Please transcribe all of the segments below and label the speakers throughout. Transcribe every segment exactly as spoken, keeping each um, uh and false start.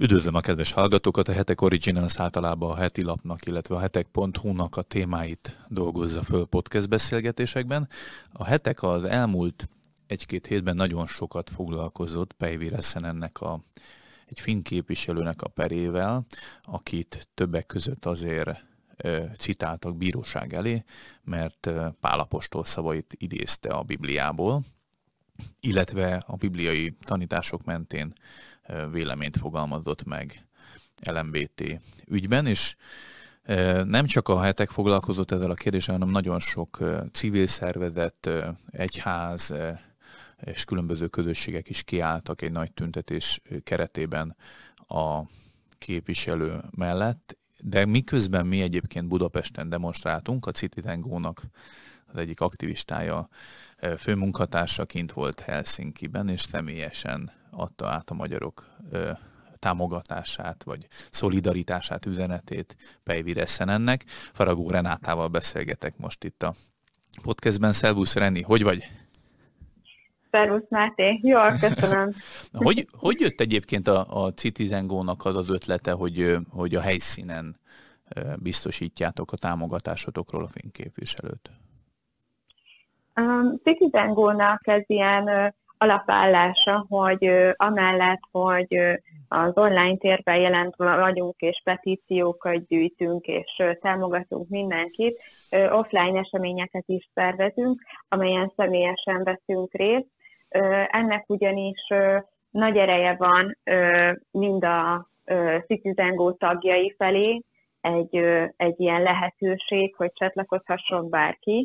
Speaker 1: Üdvözlöm a kedves hallgatókat, a Hetek Originals általában a heti lapnak, illetve a hetek pont hu-nak a témáit dolgozza föl podcast beszélgetésekben. A Hetek az elmúlt egy-két hétben nagyon sokat foglalkozott Päivi Räsänennek a egy finn képviselőnek a perével, akit többek között azért ö, citáltak bíróság elé, mert ö, Pál apostol szavait idézte a Bibliából, illetve a bibliai tanítások mentén ö, véleményt fogalmazott meg el em bé té ügyben, és ö, nem csak a Hetek foglalkozott ezzel a kérdéssel, hanem nagyon sok ö, civil szervezet, ö, egyház, ö, és különböző közösségek is kiálltak egy nagy tüntetés keretében a képviselő mellett, de miközben mi egyébként Budapesten demonstráltunk, a Citizen Go-nak az egyik aktivistája, főmunkatársa kint volt Helsinkiben, és személyesen adta át a magyarok támogatását, vagy szolidaritását, üzenetét Päivi Räsänennek. Faragó Renátával beszélgetek most itt a podcastben. Szervusz, Reni, hogy vagy?
Speaker 2: Szervusz, Máté. Jól, köszönöm.
Speaker 1: hogy, hogy jött egyébként a, a Citizen Go-nak az az ötlete, hogy, hogy a helyszínen biztosítjátok a támogatásotokról a finn képviselőt?
Speaker 2: A Citizen Go-nak ez ilyen alapállása, hogy amellett, hogy az online térben jelent vagyunk, és petíciókat gyűjtünk, és támogatunk mindenkit, offline eseményeket is szervezünk, amelyen személyesen veszünk részt. Ennek ugyanis nagy ereje van mind a Citizen Go tagjai felé, egy, egy ilyen lehetőség, hogy csatlakozhasson bárki.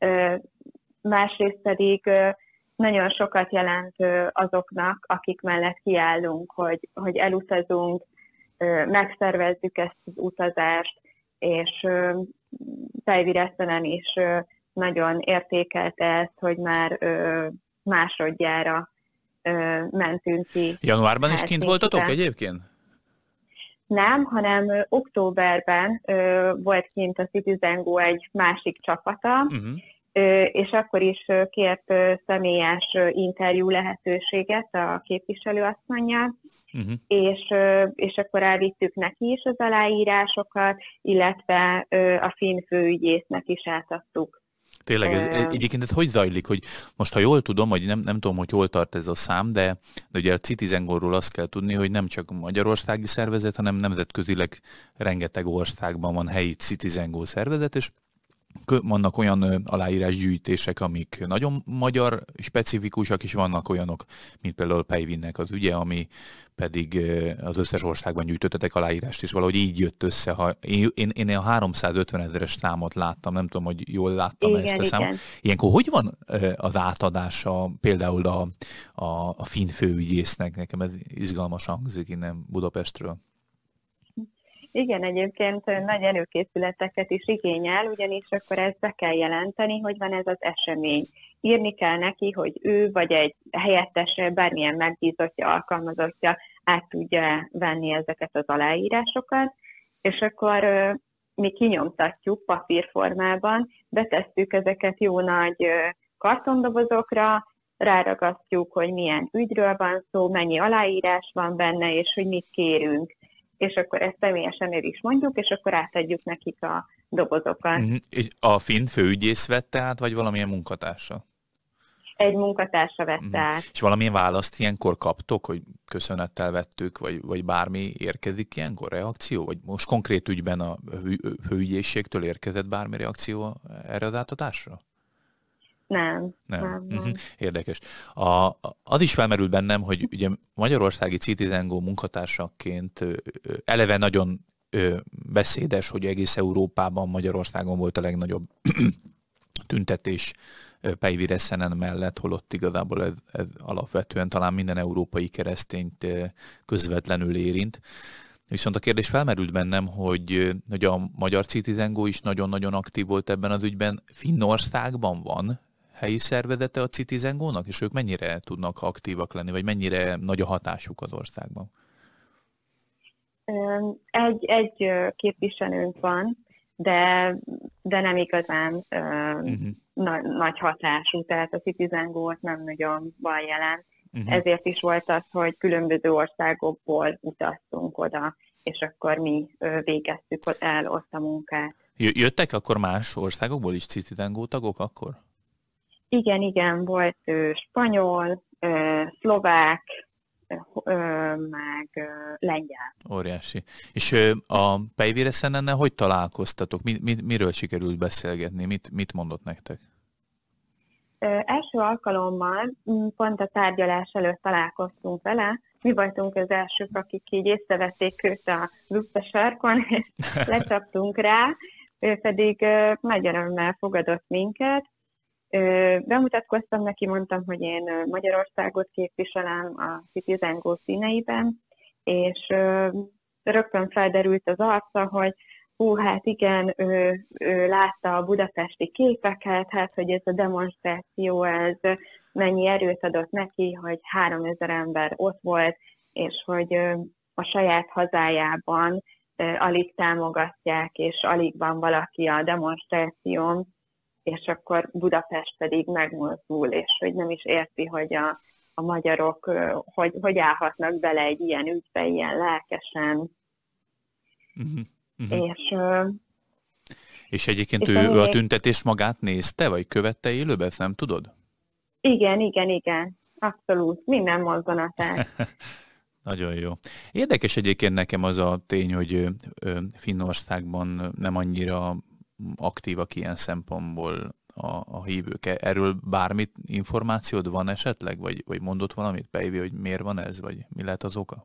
Speaker 2: Másrészt pedig nagyon sokat jelent azoknak, akik mellett kiállunk, hogy, hogy elutazunk, megszervezzük ezt az utazást, és Päivi Räsänen is nagyon értékelte ezt, hogy már másodjára mentünk ki.
Speaker 1: Januárban is kint voltatok egyébként?
Speaker 2: Nem, hanem októberben volt kint a Citizen Go egy másik csapata, uh-huh. és akkor is kért személyes interjú lehetőséget a képviselőasszonnyal, uh-huh. és, és akkor elvittük neki is az aláírásokat, illetve a finn főügyésznek is átadtuk.
Speaker 1: Tényleg, ez, egyébként ez hogy zajlik, hogy most ha jól tudom, hogy nem, nem tudom, hogy hol tart ez a szám, de, de ugye a Citizen Go-ról azt kell tudni, hogy nem csak magyarországi szervezet, hanem nemzetközileg rengeteg országban van helyi Citizen Go szervezet, és vannak olyan aláírásgyűjtések, amik nagyon magyar specifikusak, és vannak olyanok, mint például Päivinnek az ügye, ami pedig az összes országban gyűjtöttetek aláírást, és valahogy így jött össze. Ha én, én, én a háromszázötven ezeres számot láttam, nem tudom, hogy jól láttam
Speaker 2: igen,
Speaker 1: ezt a számot. Ilyenkor hogy van az átadása például a, a, a finn főügyésznek? Nekem ez izgalmas hangzik innen Budapestről.
Speaker 2: Igen, egyébként nagy előkészületeket is igényel, ugyanis akkor ezt be kell jelenteni, hogy van ez az esemény. Írni kell neki, hogy ő vagy egy helyettese, bármilyen megbízottja, alkalmazottja át tudja venni ezeket az aláírásokat, és akkor mi kinyomtatjuk papírformában, betesszük ezeket jó nagy kartondobozokra, ráragasztjuk, hogy milyen ügyről van szó, mennyi aláírás van benne, és hogy mit kérünk. És akkor ezt személyesen el is mondjuk, és akkor átadjuk nekik a dobozokat.
Speaker 1: Uh-huh. És a finn főügyész vette át, vagy valamilyen munkatársa?
Speaker 2: Egy munkatársa vette uh-huh. át.
Speaker 1: És valamilyen választ ilyenkor kaptok, hogy köszönettel vettük, vagy, vagy bármi érkezik ilyenkor, reakció? Vagy most konkrét ügyben a főügyészségtől érkezett bármi reakció erre az átadásra?
Speaker 2: Nem.
Speaker 1: Nem.
Speaker 2: nem, nem.
Speaker 1: Uh-huh. Érdekes. A, az is felmerült bennem, hogy ugye magyarországi Citizen Go munkatársaként eleve nagyon beszédes, hogy egész Európában, Magyarországon volt a legnagyobb tüntetés Päivi Räsänen mellett, holott igazából ez, ez alapvetően talán minden európai keresztényt közvetlenül érint. Viszont a kérdés felmerült bennem, hogy, hogy a magyar Citizen Go is nagyon-nagyon aktív volt ebben az ügyben. Finnországban van helyi szervezete a Citizen Go-nak, és ők mennyire tudnak aktívak lenni, vagy mennyire nagy a hatásuk az országban?
Speaker 2: Egy, egy képviselőnk van, de, de nem igazán uh-huh. na, nagy hatású, tehát a Citizen Go-t nem nagyon van jelen, Uh-huh. Ezért is volt az, hogy különböző országokból utaztunk oda, és akkor mi végeztük el ott a munkát.
Speaker 1: Jöttek akkor más országokból is Cicitengó tagok akkor?
Speaker 2: Igen, igen, volt ö, spanyol, ö, szlovák, ö, meg ö, lengyel.
Speaker 1: Óriási. És ö, a Päivi-Räsänennel hogy találkoztatok? Mi, mi, miről sikerült beszélgetni? Mit, mit mondott nektek?
Speaker 2: Ö, első alkalommal, pont a tárgyalás előtt találkoztunk vele, mi voltunk az elsők, akik így észrevették őt a Lupta sarkon, és lecsaptunk rá, ő pedig ö, nagy örömmel fogadott minket. Ö, bemutatkoztam neki, mondtam, hogy én Magyarországot képviselem a Citizengó színeiben, és ö, rögtön felderült az arca, hogy hú, hát igen, ő, ő látta a budapesti képeket, hát hogy ez a demonstráció, ez mennyi erőt adott neki, hogy háromezer ember ott volt, és hogy ö, a saját hazájában ö, alig támogatják, és alig van valaki a demonstráción, és akkor Budapest pedig megmozdul, és hogy nem is érti, hogy a, a magyarok hogy, hogy állhatnak bele egy ilyen ügybe, ilyen lelkesen.
Speaker 1: Uh-huh, uh-huh.
Speaker 2: És,
Speaker 1: és egyébként és ő, ő a tüntetést magát nézte, vagy követte élőben, ezt nem tudod?
Speaker 2: Igen, igen, igen. Abszolút. Minden mozzanatát.
Speaker 1: Nagyon jó. Érdekes egyébként nekem az a tény, hogy Finnországban nem annyira aktívak ilyen szempontból a, a hívők. Erről bármit információd van esetleg? Vagy, vagy mondott valamit, Päivi, hogy miért van ez? Vagy mi lehet az oka?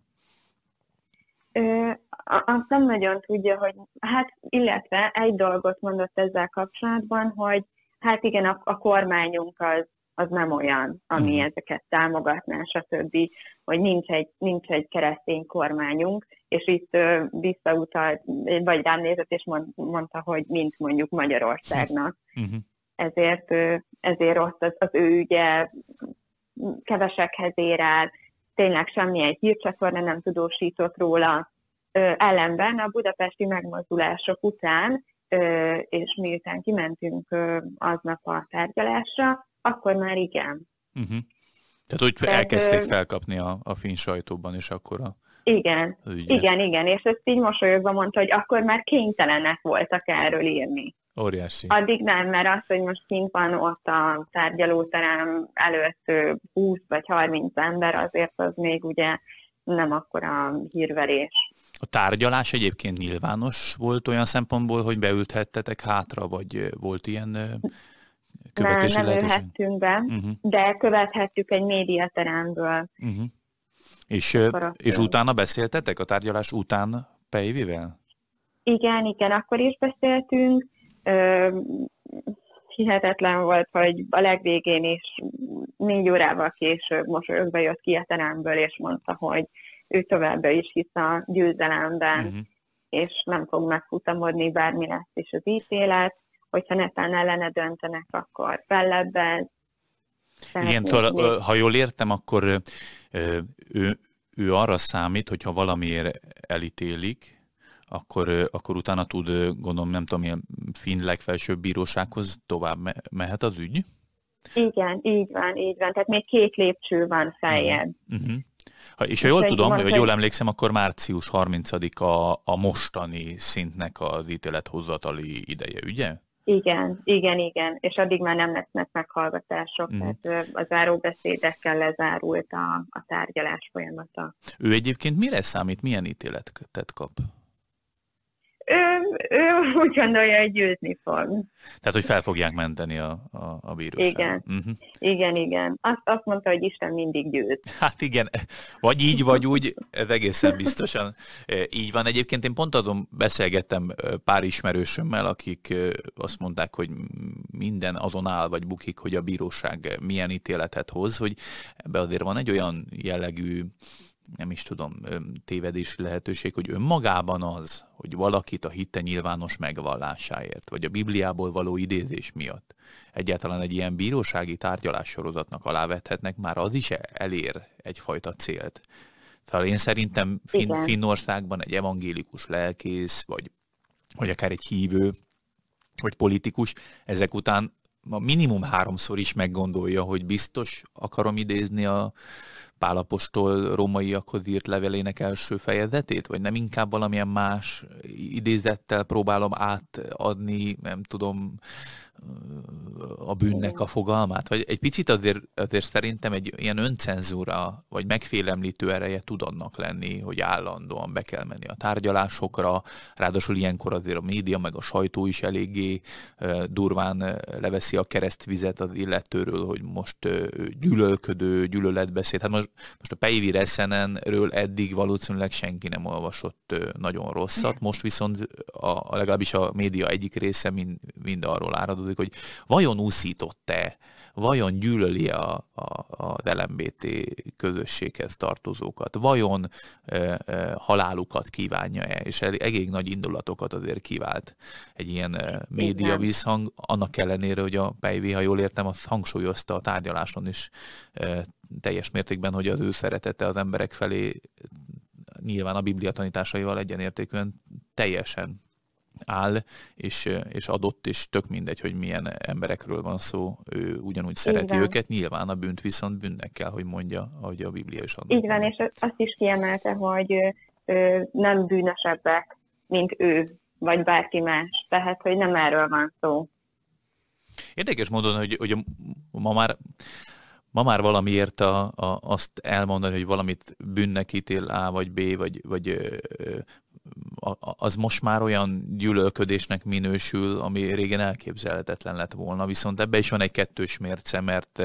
Speaker 2: Ö, azt nem nagyon tudja, hogy hát, illetve egy dolgot mondott ezzel kapcsolatban, hogy hát igen, a, a kormányunk az, az nem olyan, ami uh-huh. ezeket támogatná, stb., hogy nincs egy, nincs egy keresztény kormányunk, és itt uh, visszautalt, vagy rám nézett, és mond, mondta, hogy mint mondjuk Magyarországnak. Uh-huh. Ezért, uh, ezért ott az, az ő ügye kevesekhez ér el, tényleg semmilyen hírcsatorna nem tudósított róla. Uh, ellenben a budapesti megmozdulások után, uh, és miután kimentünk uh, aznap a tárgyalásra, akkor már igen.
Speaker 1: Uh-huh. Tehát úgy Tehát, elkezdték felkapni a, a finn sajtóban, és akkor a...
Speaker 2: Igen, igen, igen, és ezt így mosolyogva mondta, hogy akkor már kénytelenek voltak erről írni.
Speaker 1: Óriási.
Speaker 2: Addig nem, mert az, hogy most kint van ott a tárgyalóterem előtt húsz vagy harminc ember, azért az még ugye nem akkora hírverés.
Speaker 1: A tárgyalás egyébként nyilvános volt olyan szempontból, hogy beülthettetek hátra, vagy volt ilyen...
Speaker 2: Nem, nem ülhettünk be, uh-huh. de követhettük egy médiateremből.
Speaker 1: Uh-huh. És, és utána beszéltetek a tárgyalás után Päivivel?
Speaker 2: Igen, igen, akkor is beszéltünk. Hihetetlen volt, hogy a legvégén is négy órával később mosolyogva jött ki a teremből, és mondta, hogy ő továbbra is hisz a győzelemben, uh-huh. és nem fog megfutamodni, bármi lesz is az ítélet. Hogyha netán ellene döntenek, akkor fellebbez.
Speaker 1: Igen, tól, ha jól értem, akkor ő, ő arra számít, hogyha valamiért elítélik, akkor, akkor utána tud, gondolom, nem tudom, ilyen finn legfelsőbb bírósághoz tovább mehet az ügy?
Speaker 2: Igen, így van, így van. Tehát még két lépcső van feljebb.
Speaker 1: Uh-huh. Ha, és ha jól tudom, mondta, vagy jól emlékszem, akkor március harmincadika a, a mostani szintnek az ítélethozatali ideje, ugye?
Speaker 2: Igen, igen, igen, és addig már nem lesznek meghallgatások, mm. tehát a záróbeszédekkel lezárult a, a tárgyalás folyamata.
Speaker 1: Ő egyébként mire számít, milyen ítéletet kap?
Speaker 2: Ő, ő úgy gondolja, hogy győzni fog.
Speaker 1: Tehát, hogy fel fogják menteni a, a, a bíróság.
Speaker 2: Igen, uh-huh. igen, igen. Azt, azt mondta, hogy Isten mindig győz.
Speaker 1: Hát igen, vagy így, vagy úgy, ez egészen biztosan így van. Egyébként én pont azon beszélgettem pár ismerősömmel, akik azt mondták, hogy minden azon áll, vagy bukik, hogy a bíróság milyen ítéletet hoz, hogy ebbe azért van egy olyan jellegű, nem is tudom, tévedési lehetőség, hogy önmagában az, hogy valakit a hitte nyilvános megvallásáért, vagy a Bibliából való idézés miatt egyáltalán egy ilyen bírósági tárgyalássorozatnak alávethetnek, már az is elér egyfajta célt. Tehát én szerintem Finn, Finnországban egy evangélikus lelkész, vagy, vagy akár egy hívő, vagy politikus, ezek után minimum háromszor is meggondolja, hogy biztos akarom idézni a Pál apostol rómaiakhoz írt levelének első fejezetét, vagy nem inkább valamilyen más idézettel próbálom átadni, nem tudom, a bűnnek a fogalmát? Vagy egy picit azért, azért szerintem egy ilyen öncenzúra, vagy megfélemlítő ereje tud annak lenni, hogy állandóan be kell menni a tárgyalásokra, ráadásul ilyenkor azért a média, meg a sajtó is eléggé durván leveszi a keresztvizet az illetőről, hogy most gyűlölködő, gyűlöletbeszéd. Hát most, most a Päivi Reszenenről eddig valószínűleg senki nem olvasott nagyon rosszat, most viszont a, legalábbis a média egyik része mind, mind arról áradozik, hogy vajon úszított-e, vajon gyűlöli a, a, az el em bé té közösséghez tartozókat, vajon e, e, halálukat kívánja-e, és elég nagy indulatokat azért kivált egy ilyen e, média visszhang, annak ellenére, hogy a Päivi, ha jól értem, azt hangsúlyozta a tárgyaláson is e, teljes mértékben, hogy az ő szeretete az emberek felé nyilván a Biblia tanításaival egyenértékűen teljesen áll, és, és adott, és tök mindegy, hogy milyen emberekről van szó, ő ugyanúgy szereti
Speaker 2: Igen.
Speaker 1: őket, nyilván a bűnt viszont bűnnek kell, hogy mondja, ahogy a Biblia is adott.
Speaker 2: Így van, és azt is kiemelte, hogy ö, nem bűnösebbek, mint ő, vagy bárki más, tehát, hogy nem erről van szó.
Speaker 1: Érdekes módon, hogy, hogy ma már Ma már valamiért a, a, azt elmondani, hogy valamit bűnnek ítél A vagy B, vagy, vagy ö, az most már olyan gyűlölködésnek minősül, ami régen elképzelhetetlen lett volna. Viszont ebben is van egy kettős mérce, mert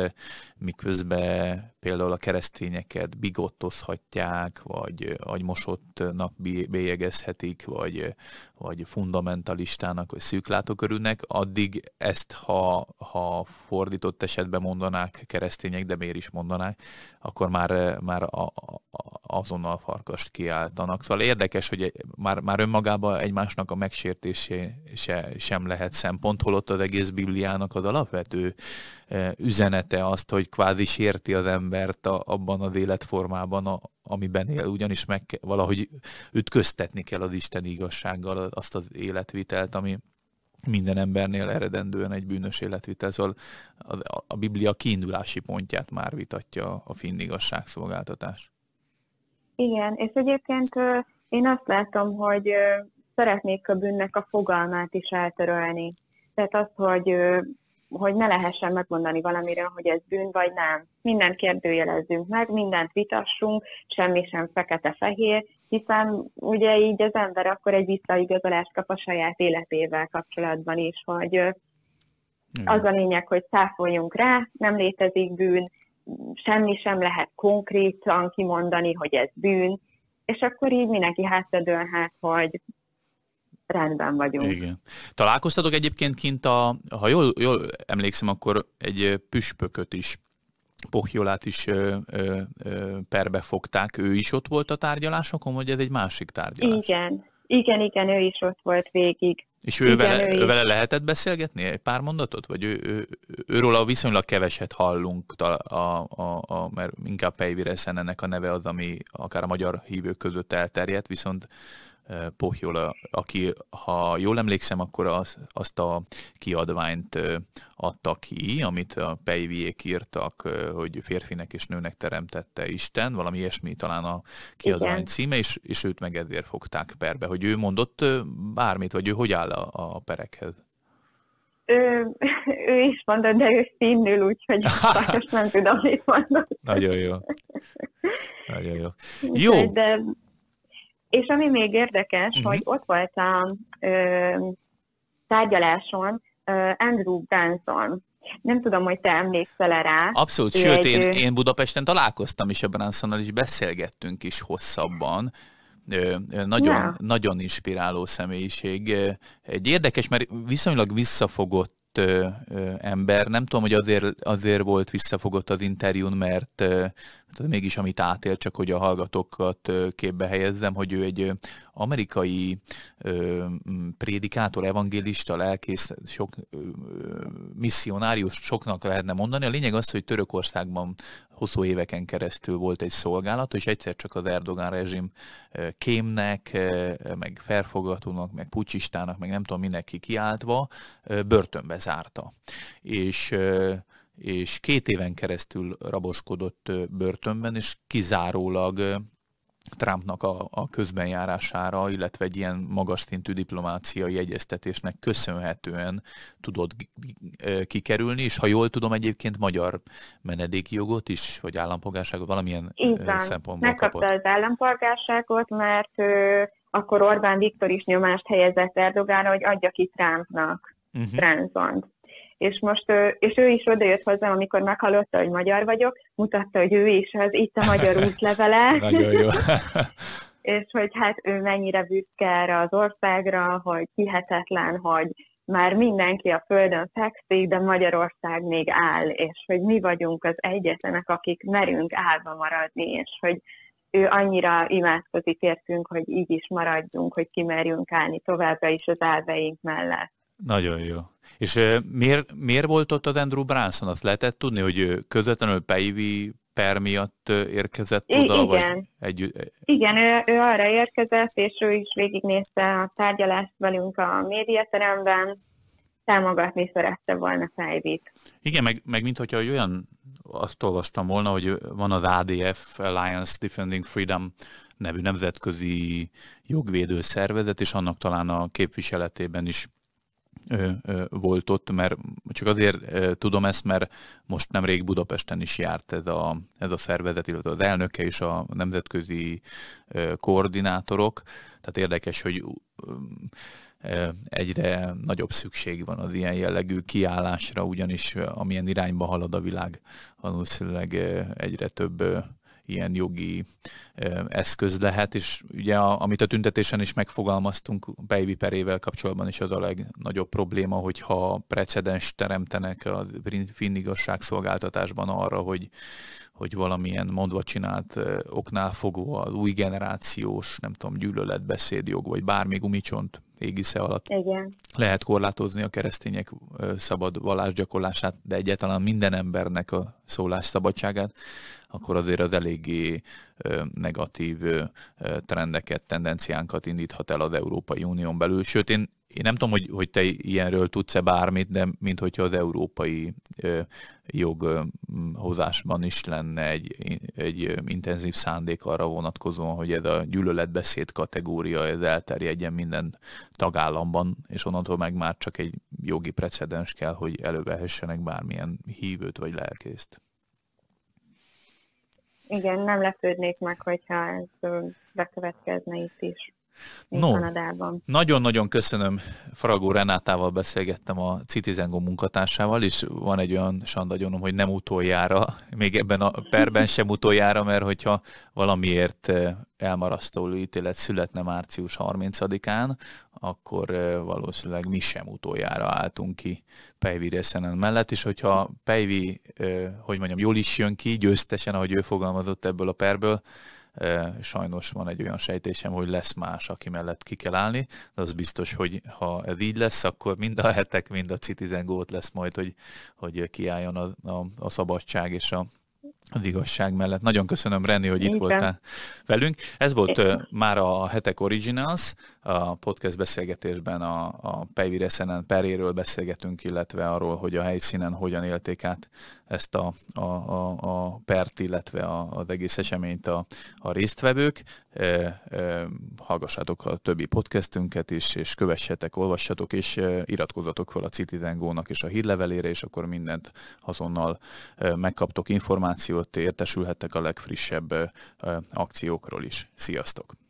Speaker 1: miközben például a keresztényeket bigottozhatják, vagy agymosottnak bélyegezhetik, vagy, vagy fundamentalistának, vagy szűklátókörűnek, addig ezt, ha, ha fordított esetben mondanák keresztények, de miért is mondanák, akkor már, már a, a, azonnal farkast kiáltanak. Szóval érdekes, hogy már, már önmagában egymásnak a megsértése se, sem lehet szempont, holott az egész Bibliának az alapvető üzenete azt, hogy kvázi sérti az embert a, abban az életformában, a, amiben él, ugyanis meg valahogy ütköztetni kell az Isten igazsággal azt az életvitelt, ami minden embernél eredendően egy bűnös életvitel. Szóval a, a Biblia kiindulási pontját már vitatja a finn igazságszolgáltatás.
Speaker 2: Igen, és egyébként én azt látom, hogy szeretnék a bűnnek a fogalmát is eltörölni. Tehát azt, hogy, hogy ne lehessen megmondani valamiről, hogy ez bűn vagy nem. Mindent kérdőjelezzünk meg, mindent vitassunk, semmi sem fekete-fehér, hiszen ugye így az ember akkor egy visszaigazolást kap a saját életével kapcsolatban is, hogy az a lényeg, hogy száfoljunk rá, nem létezik bűn, semmi sem lehet konkrétan kimondani, hogy ez bűn, és akkor így mindenki hátradőlhet, hogy rendben vagyunk.
Speaker 1: Igen. Találkoztatok egyébként kint, a, ha jól, jól emlékszem, akkor egy püspököt is, Pohjolát is ö, ö, ö, perbe fogták. Ő is ott volt a tárgyalásokon, vagy ez egy másik tárgyalás?
Speaker 2: Igen, igen, igen, ő is ott volt végig.
Speaker 1: És ő, vele, ő vele lehetett beszélgetni egy pár mondatot? Vagy ő, ő, őről viszonylag keveset hallunk, a, a, a, a, mert inkább Päivi Reszenennek a neve az, ami akár a magyar hívők között elterjedt, viszont Pohjola, aki, ha jól emlékszem, akkor az, azt a kiadványt adta ki, amit a Päiviék írtak, hogy férfinek és nőnek teremtette Isten, valami ilyesmi talán a kiadvány Igen. címe, és, és őt meg ezért fogták perbe, hogy ő mondott bármit, vagy ő hogy áll a, a perekhez?
Speaker 2: Ő, ő is mondott, de ő finnül, úgyhogy sajnos nem tudom, mit mondott.
Speaker 1: Nagyon jó. Nagyon jó. Jó.
Speaker 2: De, és ami még érdekes, uh-huh. hogy ott volt a ö, tárgyaláson ö, Andrew Branson. Nem tudom, hogy te emlékszel rá.
Speaker 1: Abszolút, ő sőt, egy, én, én Budapesten találkoztam is, a Bransonnal is beszélgettünk is hosszabban. Nagyon, yeah. nagyon inspiráló személyiség. Egy érdekes, mert viszonylag visszafogott ember. Nem tudom, hogy azért, azért volt visszafogott az interjún, mert tehát mégis amit átél, csak hogy a hallgatókat képbe helyezzem, hogy ő egy amerikai ö, prédikátor, evangélista, lelkész, sok ö, misszionárius soknak lehetne mondani. A lényeg az, hogy Törökországban hosszú éveken keresztül volt egy szolgálat, és egyszer csak az Erdogán rezsim kémnek, meg felfogatónak, meg pucsistának, meg nem tudom mindenki kiáltva, börtönbe zárta. És és két éven keresztül raboskodott börtönben, és kizárólag Trumpnak a, a közbenjárására, illetve egy ilyen magas szintű diplomáciai egyeztetésnek köszönhetően tudott kikerülni, és ha jól tudom, egyébként magyar menedékjogot is, vagy állampolgárságot valamilyen
Speaker 2: Így
Speaker 1: szempontból
Speaker 2: megkapta
Speaker 1: kapott.
Speaker 2: az állampolgárságot, mert ő, akkor Orbán Viktor is nyomást helyezett Erdogánra, hogy adja ki Trumpnak uh-huh. Franzont. És most és ő is odajött hozzám, amikor meghallotta, hogy magyar vagyok, mutatta, hogy ő is az, itt a magyar útlevele.
Speaker 1: Nagyon jó.
Speaker 2: És hogy hát ő mennyire büszke erre az országra, hogy hihetetlen, hogy már mindenki a földön fekszik, de Magyarország még áll, és hogy mi vagyunk az egyetlenek, akik merünk állva maradni, és hogy ő annyira imádkozik értünk, hogy így is maradjunk, hogy kimerjünk állni továbbra is az elveink mellett.
Speaker 1: Nagyon jó. És uh, miért, miért volt ott az Andrew Branson? Azt lehetett tudni, hogy közvetlenül Pejvi per miatt érkezett
Speaker 2: I-
Speaker 1: oda?
Speaker 2: igen.
Speaker 1: Vagy egy...
Speaker 2: Igen, ő, ő arra érkezett, és ő is végignézte a tárgyalást velünk a médiateremben, támogatni szerette volna Pejvit.
Speaker 1: Igen, meg, meg mint hogyha olyan, azt olvastam volna, hogy van az á dé ef, Alliance Defending Freedom nevű nemzetközi jogvédő szervezet, és annak talán a képviseletében is Ö, ö, volt ott, mert csak azért ö, tudom ezt, mert most nemrég Budapesten is járt ez a, ez a szervezet, illetve az elnöke és a nemzetközi ö, koordinátorok. Tehát érdekes, hogy ö, ö, egyre nagyobb szükség van az ilyen jellegű kiállásra, ugyanis amilyen irányba halad a világ, valószínűleg ö, egyre több ö, ilyen jogi eszköz lehet, és ugye a, amit a tüntetésen is megfogalmaztunk Pejvi perével kapcsolatban is az a legnagyobb probléma, hogyha precedens teremtenek a finn igazságszolgáltatásban arra, hogy, hogy valamilyen mondva csinált oknál fogva az új generációs, nem tudom, gyűlöletbeszédjog, vagy bármi gumicsont égisze alatt
Speaker 2: Igen.
Speaker 1: lehet korlátozni a keresztények szabad vallásgyakorlását, de egyáltalán minden embernek a szólásszabadságát, akkor azért az eléggé negatív trendeket, tendenciánkat indíthat el az Európai Unión belül. Sőt, én, én nem tudom, hogy, hogy te ilyenről tudsz-e bármit, de mint hogyha az európai joghozásban is lenne egy, egy intenzív szándék arra vonatkozóan, hogy ez a gyűlöletbeszéd kategória ez elterjedjen minden tagállamban, és onnantól meg már csak egy jogi precedens kell, hogy elővehessenek bármilyen hívőt vagy lelkészt.
Speaker 2: Igen, nem lepődnék meg, hogyha ez bekövetkezne itt is,
Speaker 1: no,
Speaker 2: Kanadában.
Speaker 1: Nagyon-nagyon köszönöm. Faragó Renátával beszélgettem, a Citizen-Go munkatársával, és van egy olyan sandagyonom, hogy nem utoljára, még ebben a perben sem utoljára, mert hogyha valamiért elmarasztó ítélet születne március harmincadikán, akkor valószínűleg mi sem utoljára álltunk ki Pejvi Räsänen mellett, és hogyha Pejvi, hogy mondjam, jól is jön ki, győztesen, ahogy ő fogalmazott ebből a perből, sajnos van egy olyan sejtésem, hogy lesz más, aki mellett ki kell állni, de az biztos, hogy ha ez így lesz, akkor mind a hetek, mind a Citizen-Go-t lesz majd, hogy, hogy kiálljon a, a, a szabadság és a az igazság mellett. Nagyon köszönöm, Renni, hogy itt voltál velünk. Ez volt uh, már a Hetek Originals, a podcast beszélgetésben a, a Pejvi Räsänen peréről beszélgetünk, illetve arról, hogy a helyszínen hogyan élték át ezt a, a, a, a pert, illetve a, az egész eseményt a, a résztvevők. E, e, hallgassátok a többi podcastünket is, és kövessetek, olvassatok, és e, iratkozzatok fel a Citizen-Go-nak és a hírlevelére, és akkor mindent azonnal e, megkaptok információt, értesülhettek a legfrissebb e, akciókról is. Sziasztok!